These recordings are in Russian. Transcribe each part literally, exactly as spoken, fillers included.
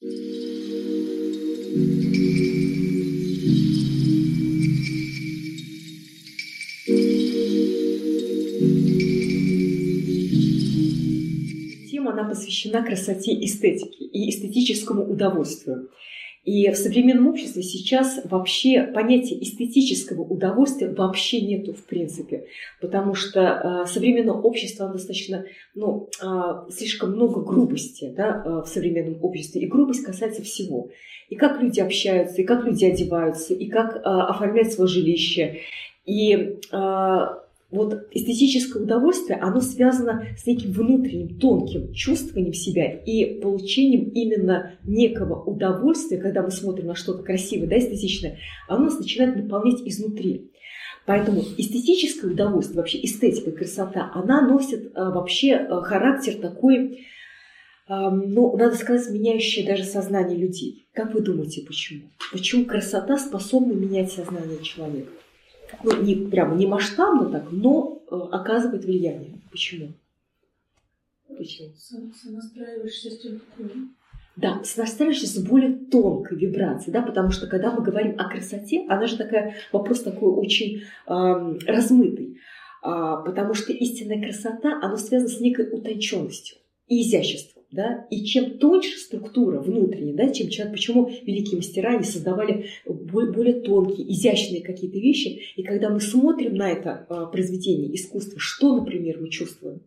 Тема, она посвящена красоте эстетики и эстетическому удовольствию. И в современном обществе сейчас вообще понятия эстетического удовольствия вообще нету в принципе, потому что э, современное общество достаточно, ну, э, слишком много грубости, да, э, в современном обществе, и грубость касается всего. И как люди общаются, и как люди одеваются, и как э, оформляют свое жилище. И э, вот эстетическое удовольствие, оно связано с неким внутренним тонким чувствованием себя и получением именно некого удовольствия, когда мы смотрим на что-то красивое, да, эстетичное, оно нас начинает наполнять изнутри. Поэтому эстетическое удовольствие, вообще эстетика, красота, она носит а, вообще а, характер такой, а, ну, надо сказать, меняющий даже сознание людей. Как вы думаете, почему? Почему красота способна менять сознание человека? Ну, не прямо не масштабно так, но э, оказывает влияние. Почему? Почему? Сонастраиваешься с тем, какой. Да, сонастраиваешься с более тонкой вибрацией, да, потому что когда мы говорим о красоте, она же такая, вопрос такой очень э, размытый, а, потому что истинная красота, она связана с некой утонченностью и изяществом. Да? И чем тоньше структура внутренняя, да, чем человек, почему великие мастера они создавали более тонкие, изящные какие-то вещи, и когда мы смотрим на это а, произведение искусства, что, например, мы чувствуем?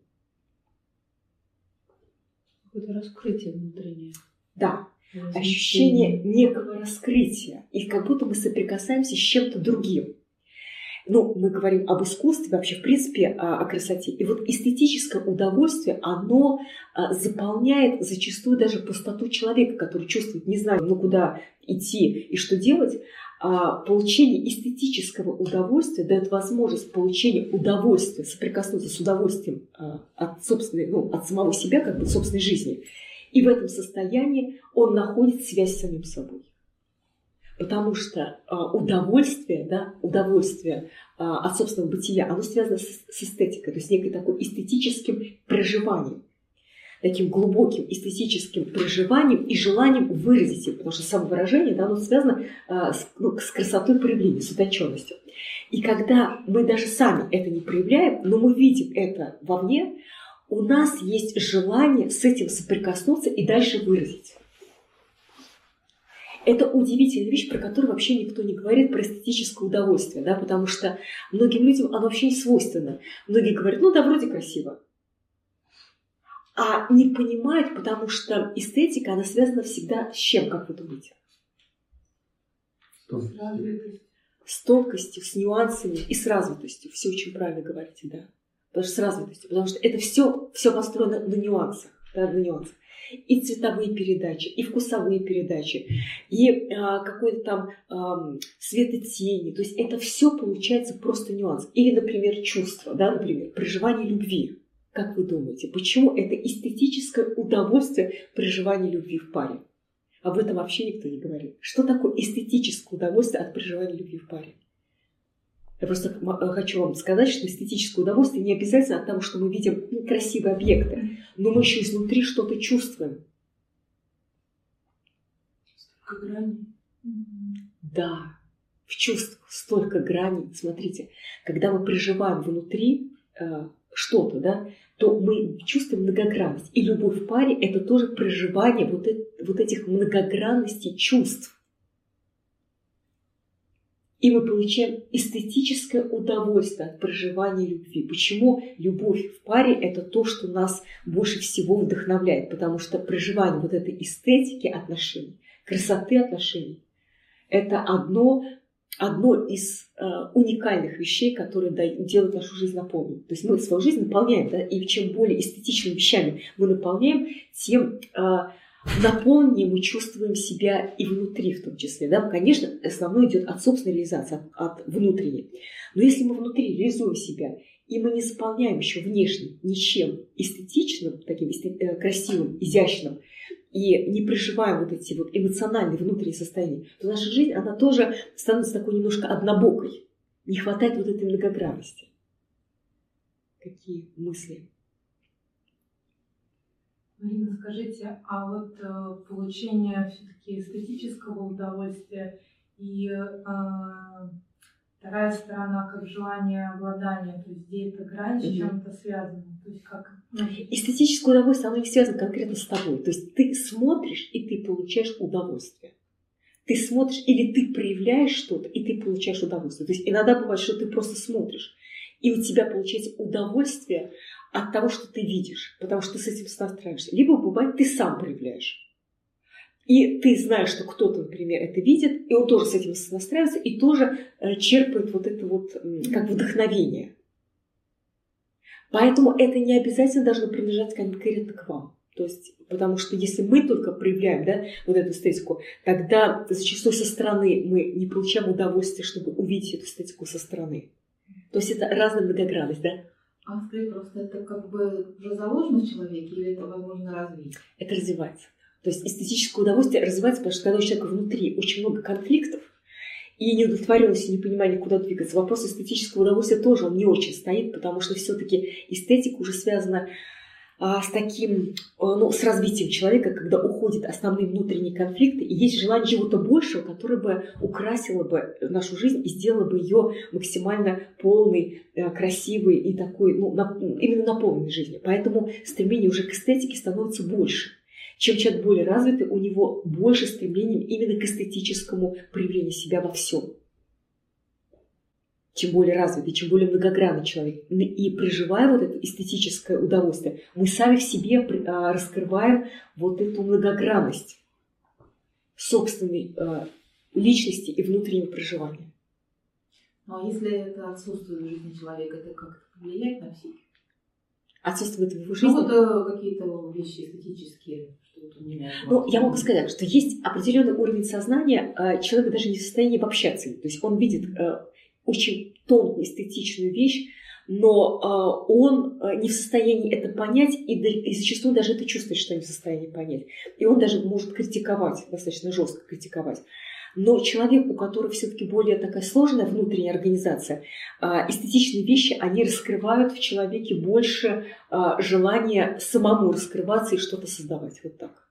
Какое-то раскрытие внутреннее. Да, ощущение некого раскрытия, и как будто мы соприкасаемся с чем-то другим. Ну, мы говорим об искусстве, вообще, в принципе, о, о красоте. И вот эстетическое удовольствие, оно а, заполняет зачастую даже пустоту человека, который чувствует, не знаю, ну, куда идти и что делать. А, получение эстетического удовольствия дает возможность получения удовольствия, соприкоснуться с удовольствием а, от собственной, ну, от самого себя, как бы, собственной жизни. И в этом состоянии он находит связь с самим собой. Потому что а, удовольствие, да, удовольствие а, от собственного бытия, оно связано с, с эстетикой, то есть неким таким эстетическим проживанием, таким глубоким эстетическим проживанием и желанием выразить его, потому что самовыражение, да, оно связано а, с, ну, с красотой проявления, с утонченностью. И когда мы даже сами это не проявляем, но мы видим это вовне, у нас есть желание с этим соприкоснуться и дальше выразить. Это удивительная вещь, про которую вообще никто не говорит, про эстетическое удовольствие, да, потому что многим людям оно вообще не свойственно. Многие говорят, ну да, вроде красиво. А не понимают, потому что эстетика, она связана всегда с чем, как вы думаете? С развитостью. С тонкостью, с нюансами и с развитостью. Все очень правильно говорите, да. Потому что с развитостью, потому что это все, все построено на нюансах, да, на нюансах. И цветовые передачи, и вкусовые передачи, и а, какой-то там а, свет и тени. То есть это все получается просто нюанс. Или, например, чувство, да, например, проживание любви. Как вы думаете, почему это эстетическое удовольствие проживания любви в паре? Об этом вообще никто не говорит. Что такое эстетическое удовольствие от проживания любви в паре? Я просто хочу вам сказать, что эстетическое удовольствие не обязательно от того, что мы видим красивые объекты, но мы еще изнутри что-то чувствуем. Столько граней. Да, в чувствах столько граней. Смотрите, когда мы проживаем внутри э, что-то, да, то мы чувствуем многогранность. И любовь в паре – это тоже проживание вот, это, вот этих многогранностей чувств. И мы получаем эстетическое удовольствие от проживания любви. Почему любовь в паре – это то, что нас больше всего вдохновляет? Потому что проживание вот этой эстетики отношений, красоты отношений – это одно, одно из э, уникальных вещей, которые дают, делают нашу жизнь наполненной. То есть мы свою жизнь наполняем, да, и чем более эстетичными вещами мы наполняем, тем… Э, наполненнее мы чувствуем себя и внутри в том числе. Да? Конечно, основное идет от собственной реализации, от, от внутренней. Но если мы внутри реализуем себя, и мы не заполняем еще внешне ничем эстетичным, таким красивым, изящным, и не проживаем вот эти вот эмоциональные внутренние состояния, то наша жизнь, она тоже становится такой немножко однобокой. Не хватает вот этой многогранности. Какие мысли? Марина, скажите, а вот э, получение все-таки эстетического удовольствия и э, вторая сторона, как желание обладания, то есть где эта грань с Мгм. чем-то связана, то есть как... ну, Эстетическое удовольствие, оно не связано конкретно с тобой. То есть ты смотришь, и ты получаешь удовольствие. Ты смотришь, или ты проявляешь что-то, и ты получаешь удовольствие. То есть иногда бывает, что ты просто смотришь, и у тебя получается удовольствие от того, что ты видишь, потому что ты с этим настраиваешься. Либо бывает, ты сам проявляешь. И ты знаешь, что кто-то, например, это видит, и он тоже с этим настраивается, и тоже э, черпает вот это вот м, как вдохновение. Поэтому это не обязательно должно принадлежать конкретно к вам. То есть, потому что если мы только проявляем, да, вот эту эстетику, тогда зачастую со стороны мы не получаем удовольствие, чтобы увидеть эту эстетику со стороны. То есть это разная многогранность, да? А скажи, просто это как бы уже заложено в человеке или это возможно развить? Это развивается. То есть эстетическое удовольствие развивается, потому что когда у человека внутри очень много конфликтов и неудовлетворенность, и непонимание, куда двигаться, вопрос эстетического удовольствия тоже он не очень стоит, потому что все-таки эстетика уже связана а, с таким, ну, с развитием человека, когда уходят основные внутренние конфликты, и есть желание чего-то большего, которое бы украсило бы нашу жизнь и сделало бы ее максимально полной, красивой и такой, ну, именно наполненной жизнью. Поэтому стремление уже к эстетике становится больше. Чем человек более развитый, у него больше стремлений именно к эстетическому проявлению себя во всем. Чем более развитый, чем более многогранный человек. И проживая вот это эстетическое удовольствие, мы сами в себе раскрываем вот эту многогранность собственной личности и внутреннего проживания. Ну а если это отсутствует в жизни человека, это как-то влияет на психику? Отсутствует в его жизни? Ну вот какие-то вещи эстетические. Ну, я могу сказать, что есть определенный уровень сознания, человек даже не в состоянии обобщаться. То есть он видит очень тонкую, эстетичную вещь, но он не в состоянии это понять, и зачастую даже это чувствует, что не в состоянии понять. И он даже может критиковать, достаточно жестко критиковать. Но человек, у которого все-таки более такая сложная внутренняя организация, эстетичные вещи, они раскрывают в человеке больше желания самому раскрываться и что-то создавать. Вот так.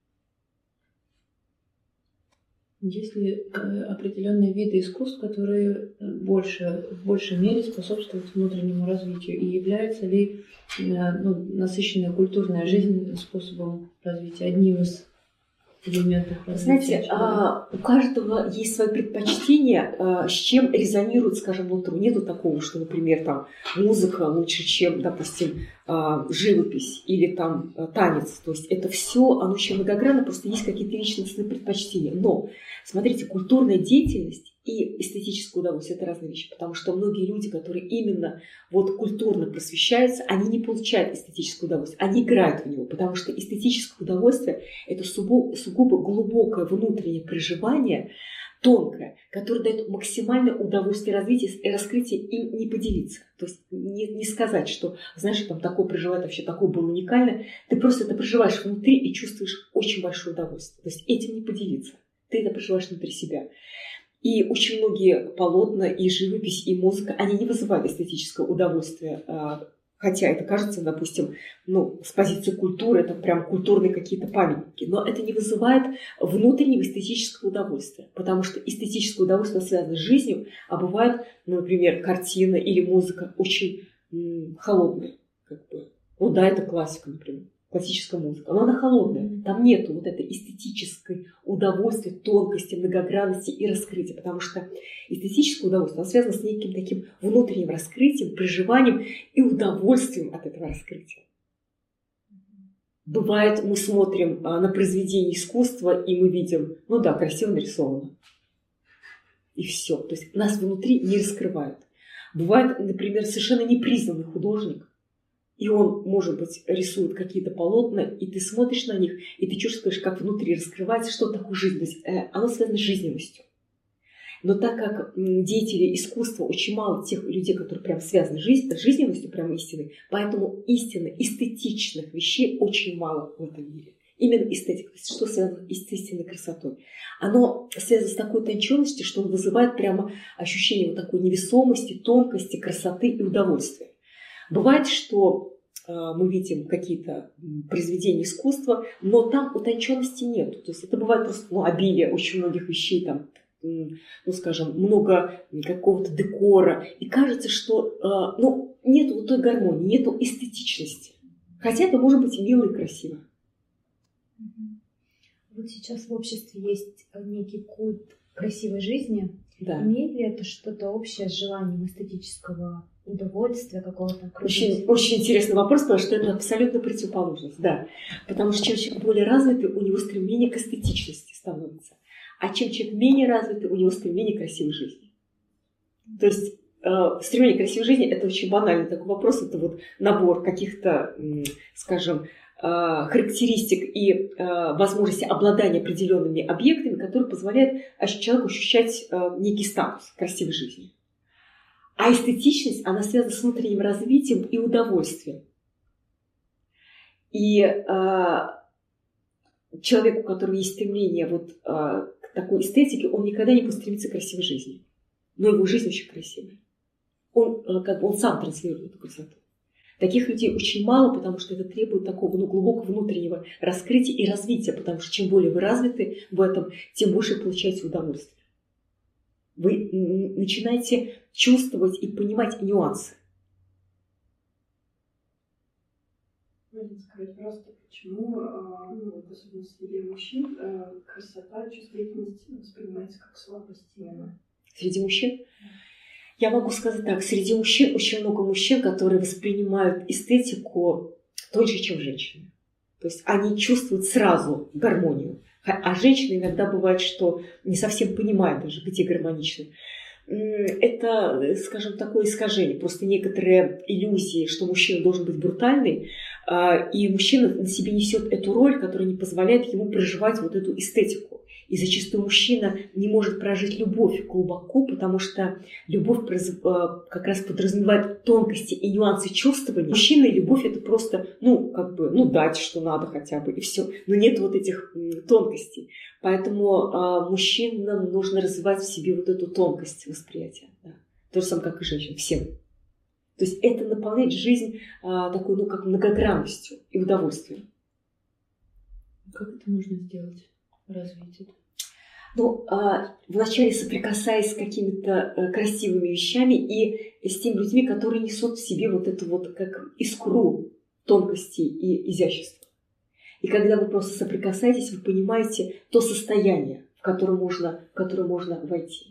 Есть ли определенные виды искусств, которые больше, в большей мере способствуют внутреннему развитию? И является ли ну, насыщенная культурная жизнь способом развития, одним из элементов развития? Знаете, а, у каждого есть свои предпочтения, а, с чем резонирует, скажем, нутро. Нету такого, что, например, там, музыка лучше, чем, допустим, а, живопись или там танец. То есть это все, оно очень многогранно, просто есть какие-то личностные предпочтения. Но, смотрите, культурная деятельность и эстетическое удовольствие – это разные вещи, потому что многие люди, которые именно вот культурно просвещаются, они не получают эстетическое удовольствие, они играют в него, потому что эстетическое удовольствие – это сугубо, сугубо глубокое внутреннее проживание, тонкое, которое дает максимальное удовольствие развития и раскрытия, им не поделиться. То есть не, не сказать, что, знаешь, там такое проживает, вообще такое было уникально. Ты просто это проживаешь внутри и чувствуешь очень большое удовольствие. То есть этим не поделиться. Ты это проживаешь внутри себя. И очень многие полотна, и живопись, и музыка, они не вызывают эстетического удовольствия. Хотя это кажется, допустим, ну, с позиции культуры, это прям культурные какие-то памятники. Но это не вызывает внутреннего эстетического удовольствия. Потому что эстетическое удовольствие связано с жизнью, а бывает, ну, например, картина или музыка очень м- холодная. Как бы. Ну да, это классика, например. Классическая музыка, но она холодная. Там нету вот этой эстетической удовольствия, тонкости, многогранности и раскрытия, потому что эстетическое удовольствие, оно связано с неким таким внутренним раскрытием, проживанием и удовольствием от этого раскрытия. Бывает, мы смотрим на произведение искусства, и мы видим, ну да, красиво нарисовано. И все. То есть нас внутри не раскрывают. Бывает, например, совершенно непризнанный художник, и он, может быть, рисует какие-то полотна, и ты смотришь на них, и ты чувствуешь, как внутри раскрывается, что такое жизнь. То есть э, оно связано с жизненностью. Но так как деятели искусства очень мало тех людей, которые прям связаны с, жизнь, с жизненностью, прям истиной, поэтому истинно эстетичных вещей очень мало в этом мире. Именно эстетика, что связано с истинной красотой. Оно связано с такой тонченностью, что он вызывает прямо ощущение вот такой невесомости, тонкости, красоты и удовольствия. Бывает, что мы видим какие-то произведения искусства, но там утонченности нет. То есть это бывает просто ну, обилие очень многих вещей, там, ну, скажем, много какого-то декора. И кажется, что ну, нет вот той гармонии, нет эстетичности. Хотя это может быть мило и красиво. Вот сейчас в обществе есть некий культ красивой жизни. Да. Имеет ли это что-то общее с желанием эстетического удовольствия какого-то? Очень, очень интересный вопрос, потому что это абсолютно противоположность. Да. Потому что чем человек более развитый, у него стремление к эстетичности становится. А чем человек менее развитый, у него стремление к красивой жизни. То есть э, стремление к красивой жизни – это очень банальный такой вопрос. Это вот набор каких-то, э, скажем, характеристик и возможности обладания определенными объектами, которые позволяют человеку ощущать некий статус красивой жизни. А эстетичность, она связана с внутренним развитием и удовольствием. И человек, у которого есть стремление вот к такой эстетике, он никогда не будет стремиться к красивой жизни. Но его жизнь очень красивая. Он, как бы, он сам транслирует эту красоту. Таких людей очень мало, потому что это требует такого ну, глубокого внутреннего раскрытия и развития, потому что чем более вы развиты в этом, тем больше получаете удовольствие. Вы начинаете чувствовать и понимать нюансы. Можно сказать просто, почему, ну, особенно среди мужчин, красота, чувствительность воспринимается как слабость именно? Среди мужчин? Я могу сказать так, среди мужчин очень много мужчин, которые воспринимают эстетику тоньше, чем женщины. То есть они чувствуют сразу гармонию. А женщины иногда бывает, что не совсем понимают даже, где гармонично. Это, скажем, такое искажение. Просто некоторые иллюзии, что мужчина должен быть брутальный, и мужчина на себе несет эту роль, которая не позволяет ему проживать вот эту эстетику. И зачастую мужчина не может прожить любовь глубоко, потому что любовь как раз подразумевает тонкости и нюансы чувствования. Мужчина и любовь – это просто, ну, как бы, ну, дать, что надо хотя бы, и все. Но нет вот этих тонкостей. Поэтому а, мужчинам нужно развивать в себе вот эту тонкость восприятия. Да. То же самое, как и женщинам, всем. То есть это наполняет жизнь а, такой, ну, как многогранностью и удовольствием. Как это можно сделать? Развить это? Ну, а, вначале соприкасаясь с какими-то а, красивыми вещами и с теми людьми, которые несут в себе вот эту вот как искру тонкости и изящества. И когда вы просто соприкасаетесь, вы понимаете то состояние, в которое можно, в которое можно войти.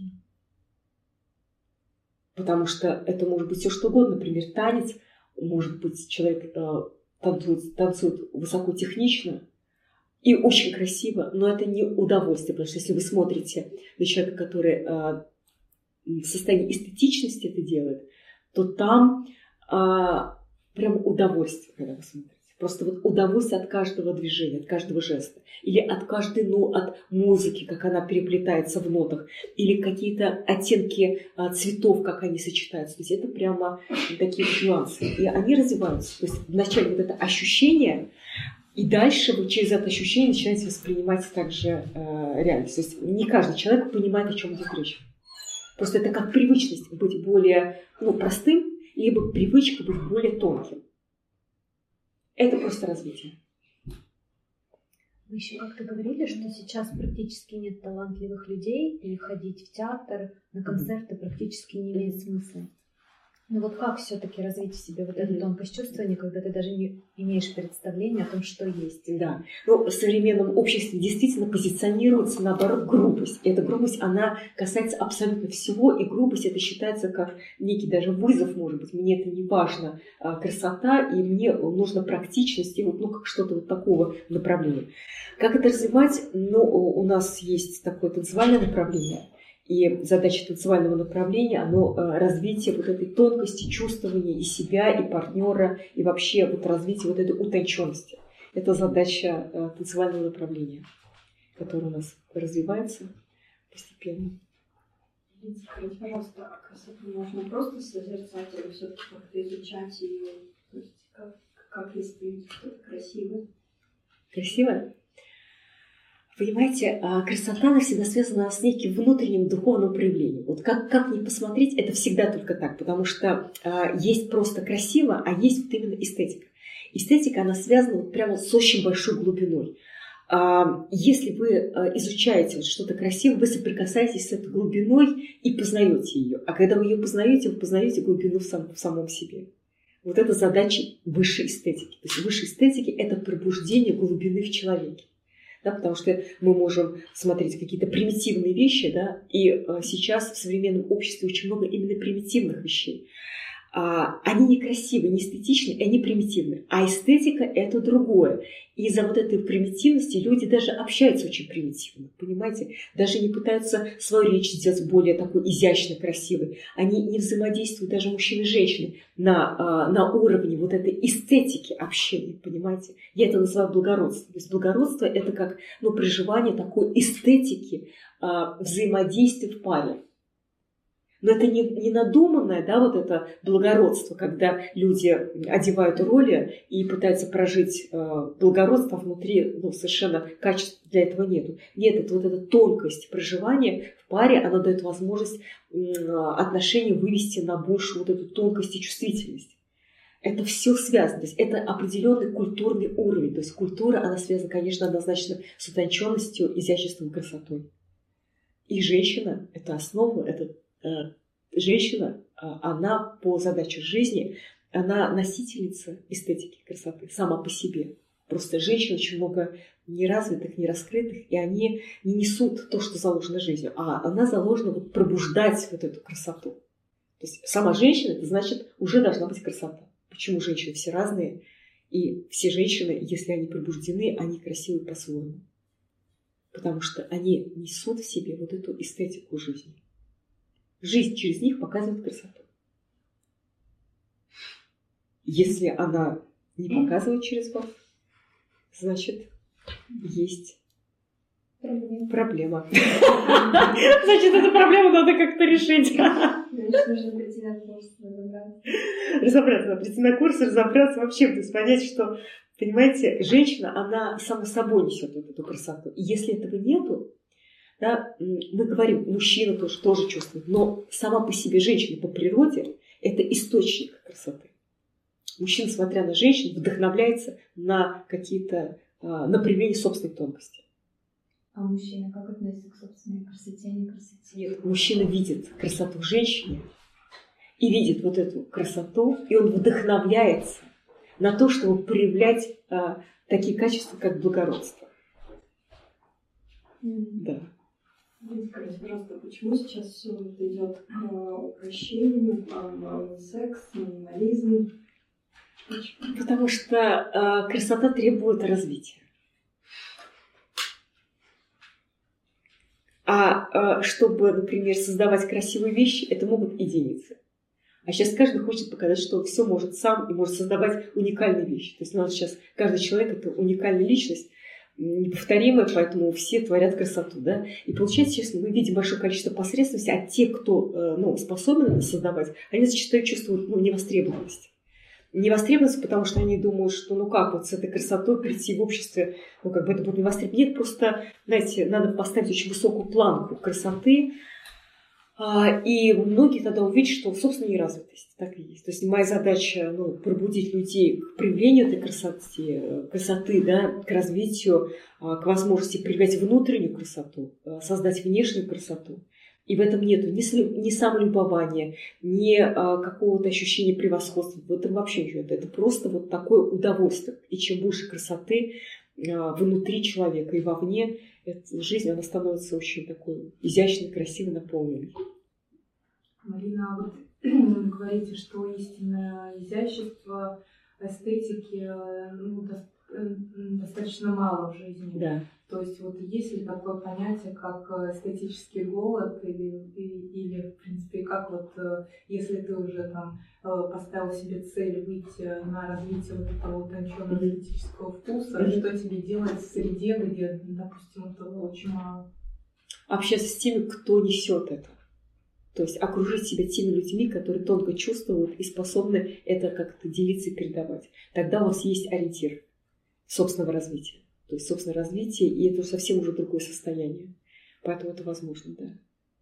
Потому что это может быть все что угодно, например, танец, может быть, человек а, танцует, танцует высокотехнично, и очень красиво, но это не удовольствие, потому что если вы смотрите на человека, который э, в состоянии эстетичности это делает, то там э, прям удовольствие, когда вы смотрите. Просто вот удовольствие от каждого движения, от каждого жеста. Или от каждой, ну, от музыки, как она переплетается в нотах. Или какие-то оттенки э, цветов, как они сочетаются. То есть это прямо такие нюансы. И они развиваются. То есть вначале вот это ощущение. И дальше вы через это ощущение начинаете воспринимать также э, реальность. То есть не каждый человек понимает, о чем идет речь. Просто это как привычность быть более ну, простым, либо привычка быть более тонким. Это просто развитие. Вы еще как-то говорили, что сейчас практически нет талантливых людей, и ходить в театр, на концерты практически не имеет смысла. Но вот как все-таки развить в себе вот эту тонкость чувствования, когда ты даже не имеешь представления о том, что есть? Да. Ну, в современном обществе действительно позиционируется, наоборот, грубость. И эта грубость, она касается абсолютно всего, и грубость это считается как некий даже вызов, может быть. Мне это не важно, красота, и мне нужна практичность, и вот ну, как что-то вот такого направления. Как это развивать? Ну, у нас есть такое танцевальное направление. И задача танцевального направления, оно развитие вот этой тонкости, чувствования и себя, и партнера, и вообще вот развитие вот этой утонченности. Это задача танцевального направления, которое у нас развивается постепенно. Скажите, пожалуйста, а красоту можно просто созерцать или все-таки как-то изучать ее? То есть как, как если ты видишь что-то красивое? Красивое? Понимаете, красота, она всегда связана с неким внутренним духовным проявлением. Вот как, как ни посмотреть, это всегда только так, потому что а, есть просто красиво, а есть вот именно эстетика. Эстетика, она связана вот прямо с очень большой глубиной. Если вы изучаете вот что-то красивое, вы соприкасаетесь с этой глубиной и познаете ее. А когда вы ее познаете, вы познаете глубину в, сам, в самом себе. Вот это задача высшей эстетики. То есть высшей эстетики – это пробуждение глубины в человеке. Да, потому что мы можем смотреть какие-то примитивные вещи, да, и сейчас в современном обществе очень много именно примитивных вещей. Они некрасивые, не эстетичные, они примитивные. А эстетика – это другое. И из-за вот этой примитивности люди даже общаются очень примитивно, понимаете? Даже не пытаются свою речь сделать более такой изящной, красивой. Они не взаимодействуют, даже мужчины и женщины, на, на уровне вот этой эстетики общения, понимаете? Я это называю благородством. То есть благородство – это как, ну, проживание такой эстетики взаимодействия в паре. Но это не, не надуманное, да, вот это благородство, когда люди одевают роли и пытаются прожить э, благородство, а внутри, ну, совершенно качеств для этого нету. Нет, это вот эта тонкость проживания в паре, она дает возможность э, отношения вывести на большую вот эту тонкость и чувствительность. Это все связано, то есть это определенный культурный уровень. То есть культура, она связана, конечно, однозначно с утонченностью, изяществом, красотой. И женщина – это основа, это женщина, она по задаче жизни, она носительница эстетики красоты сама по себе. Просто женщин очень много неразвитых, нераскрытых, и они не несут то, что заложено жизнью, а она заложена вот пробуждать вот эту красоту. То есть сама женщина, это значит, уже должна быть красота. Почему женщины все разные, и все женщины, если они пробуждены, они красивы по-своему. Потому что они несут в себе вот эту эстетику жизни. Жизнь через них показывает красоту. Если она не показывает через вас, значит, есть проблема. проблема. Значит, эту проблему надо как-то решить. Значит, нужно прийти на курс, разобраться. Разобраться, прийти на курс, разобраться вообще, то есть понять, что, понимаете, женщина, она само собой несет вот эту красоту. И если этого нету, да, мы говорим, мужчина тоже, тоже чувствует, но сама по себе женщина по природе – это источник красоты. Мужчина, смотря на женщину, вдохновляется на какие-то, на проявление собственной тонкости. А мужчина как относится к собственной красоте, не красоте? Нет, мужчина видит красоту в женщине и видит вот эту красоту, и он вдохновляется на то, чтобы проявлять а, такие качества, как благородство. Mm. Да. Скажите, пожалуйста, почему сейчас все это идет к упрощению, к секс, минимализм? Потому что э, красота требует развития. А э, чтобы, например, создавать красивые вещи, это могут единицы. А сейчас каждый хочет показать, что он все может сам и может создавать уникальные вещи. То есть у нас сейчас каждый человек – это уникальная личность, неповторимая, поэтому все творят красоту. Да? И получается, честно, мы видим большое количество посредственности, а те, кто ну, способен создавать, они зачастую чувствуют ну, невостребованность. Невостребованность, потому что они думают, что ну как вот с этой красотой прийти в обществе, ну как бы это будет невостребовано. Нет, просто, знаете, надо поставить очень высокую планку красоты, и многие тогда увидят, что, собственно, неразвитость так и есть. То есть моя задача ну, пробудить людей к проявлению этой красоты, красоты да, к развитию, к возможности проявлять внутреннюю красоту, создать внешнюю красоту. И в этом нет ни, ни самолюбования, ни а, какого-то ощущения превосходства. В этом вообще ничего нет. Это просто вот такое удовольствие. И чем больше красоты а, внутри человека и вовне, эта жизнь она становится очень такой изящной, красивой, наполненной. Марина, вот вы говорите, что истинное изящество, эстетики ну, достаточно мало в жизни. Да. То есть вот есть ли такое понятие, как эстетический голод, или, или в принципе, как вот, если ты уже там поставил себе цель выйти на развитие вот этого утонченного эстетического вкуса, mm-hmm. что тебе делать в среде, где, допустим, этого очень мало? Общаться с теми, кто несет это. То есть окружить себя теми людьми, которые тонко чувствуют и способны это как-то делиться и передавать. Тогда у вас есть ориентир собственного развития. То есть собственное развитие, и это совсем уже другое состояние. Поэтому это возможно, да.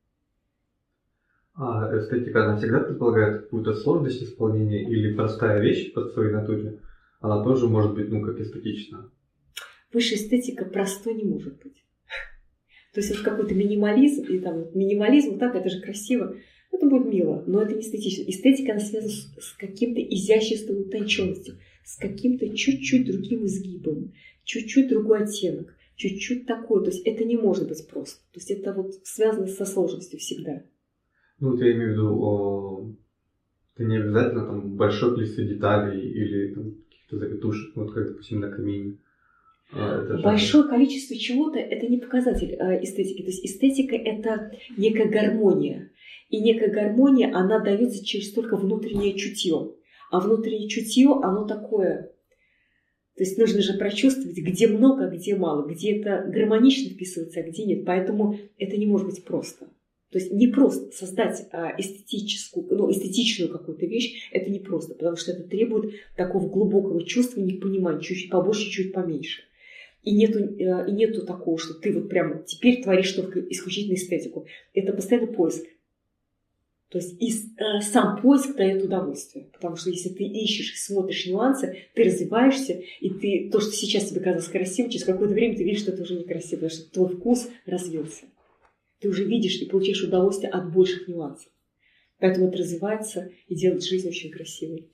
А эстетика, она всегда предполагает какую-то сложность исполнения или простая вещь по своей натуре, она тоже может быть, ну, как эстетична. Высшая эстетика простой не может быть. То есть вот какой-то минимализм, и там вот минимализм, вот так, это же красиво, это будет мило, но это не эстетично. Эстетика, она связана с, с каким-то изяществом, утонченностью, с каким-то чуть-чуть другим изгибом, чуть-чуть другой оттенок, чуть-чуть такой. То есть это не может быть просто. То есть это вот связано со сложностью всегда. Ну, вот я имею в виду, о, это не обязательно там большое количество деталей или там каких-то завитушек, вот как, допустим, на камине. Это Большое количество чего-то – это не показатель эстетики. То есть эстетика – это некая гармония. И некая гармония, она дается через только внутреннее чутье. А внутреннее чутье, оно такое. То есть нужно же прочувствовать, где много, а где мало, где это гармонично вписывается, а где нет. Поэтому это не может быть просто. То есть не просто создать эстетическую, ну, эстетичную какую-то вещь, это не просто, потому что это требует такого глубокого чувства, непонимания, чуть-чуть побольше, чуть поменьше. И нету, и нету такого, что ты вот прямо теперь творишь только исключительно эстетику. Это постоянно поиск. То есть и э, сам поиск дает удовольствие. Потому что если ты ищешь и смотришь нюансы, ты развиваешься, и ты то, что сейчас тебе казалось красивым, через какое-то время ты видишь, что это уже некрасиво, потому что твой вкус развился. Ты уже видишь и получаешь удовольствие от больших нюансов. Поэтому это развивается и делает жизнь очень красивой.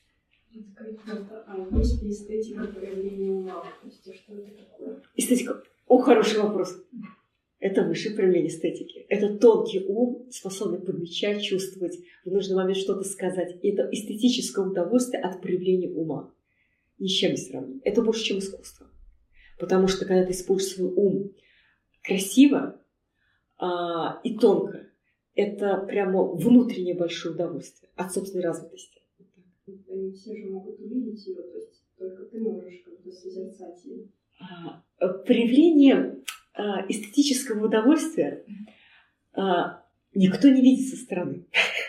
А есть ли эстетика проявления ума? То есть, что это такое? Эстетика. О, хороший вопрос. Это высшее проявление эстетики. Это тонкий ум, способный подмечать, чувствовать, в нужный момент что-то сказать. И это эстетическое удовольствие от проявления ума. Ни с чем не сравнимо. Это больше, чем искусство. Потому что, когда ты используешь свой ум красиво а, и тонко, это прямо внутреннее большое удовольствие от собственной развитости. Они все же могут увидеть ее, то есть только ты можешь как-то созерцать ее. А, проявление а, эстетического удовольствия а, никто не видит со стороны.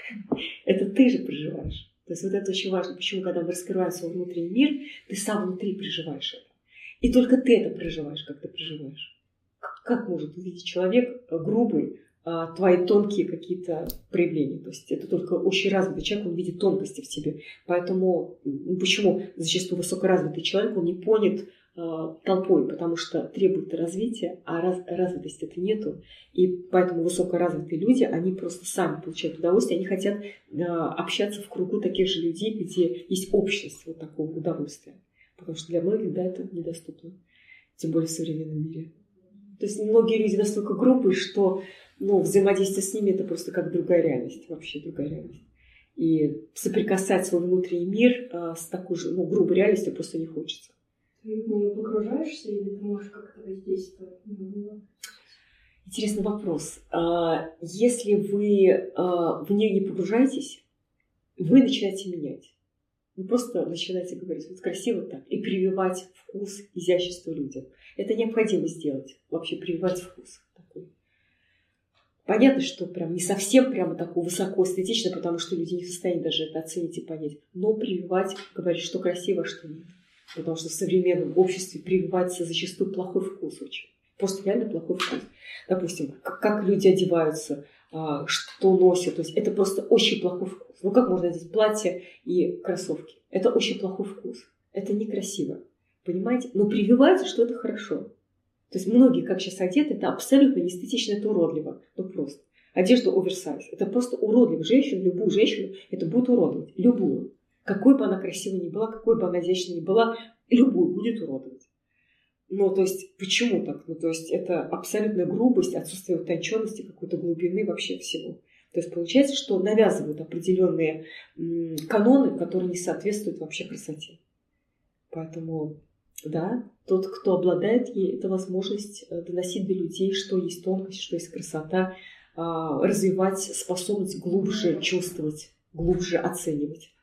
Это ты же проживаешь. То есть вот это очень важно. Почему, когда мы раскрываем свой внутренний мир, ты сам внутри проживаешь это. И только ты это проживаешь, как ты проживаешь. Как может увидеть человек грубый твои тонкие какие-то проявления? То есть это только очень развитый человек, он видит тонкости в тебе. Поэтому почему зачастую высокоразвитый человек, он не понят толпой, потому что требует развития, а раз, развитости это нету. И поэтому высокоразвитые люди, они просто сами получают удовольствие, они хотят э, общаться в кругу таких же людей, где есть общность вот такого удовольствия. Потому что для многих, да, это недоступно, тем более в современном мире. То есть многие люди настолько грубые, что ну, взаимодействие с ними это просто как другая реальность, вообще другая реальность. И соприкасать свой внутренний мир э, с такой же ну, грубой реальностью просто не хочется. Ты в нее погружаешься или ты можешь как-то воздействовать на нее? Интересный вопрос. Если вы в нее не погружаетесь, вы начинаете менять. Вы просто начинаете говорить, вот красиво так, и прививать вкус, изящество людям. Это необходимо сделать, вообще прививать вкус такой. Понятно, что прям не совсем прямо такой высоко эстетично, потому что люди не в состоянии даже это оценить и понять, но прививать, говорить, что красиво, а что нет. Потому что в современном обществе прививается зачастую плохой вкус очень. Просто реально плохой вкус. Допустим, как, как люди одеваются, а, что носят. То есть это просто очень плохой вкус. Ну как можно одеть платье и кроссовки? Это очень плохой вкус. Это некрасиво. Понимаете? Но прививается, что это хорошо. То есть многие, как сейчас одеты, это абсолютно не эстетично, это уродливо. Ну просто. Одежда оверсайз. Это просто уродливо. Женщину, любую женщину, это будет уродовать. Любую. Какой бы она красивой ни была, какой бы она изящной ни была, любую будет уродовать. Ну, то есть, почему так? Ну, то есть, это абсолютная грубость, отсутствие утонченности, какой-то глубины вообще всего. То есть, получается, что навязывают определенные м, каноны, которые не соответствуют вообще красоте. Поэтому, да, тот, кто обладает ей, это возможность доносить до людей, что есть тонкость, что есть красота, развивать способность глубже чувствовать, глубже оценивать.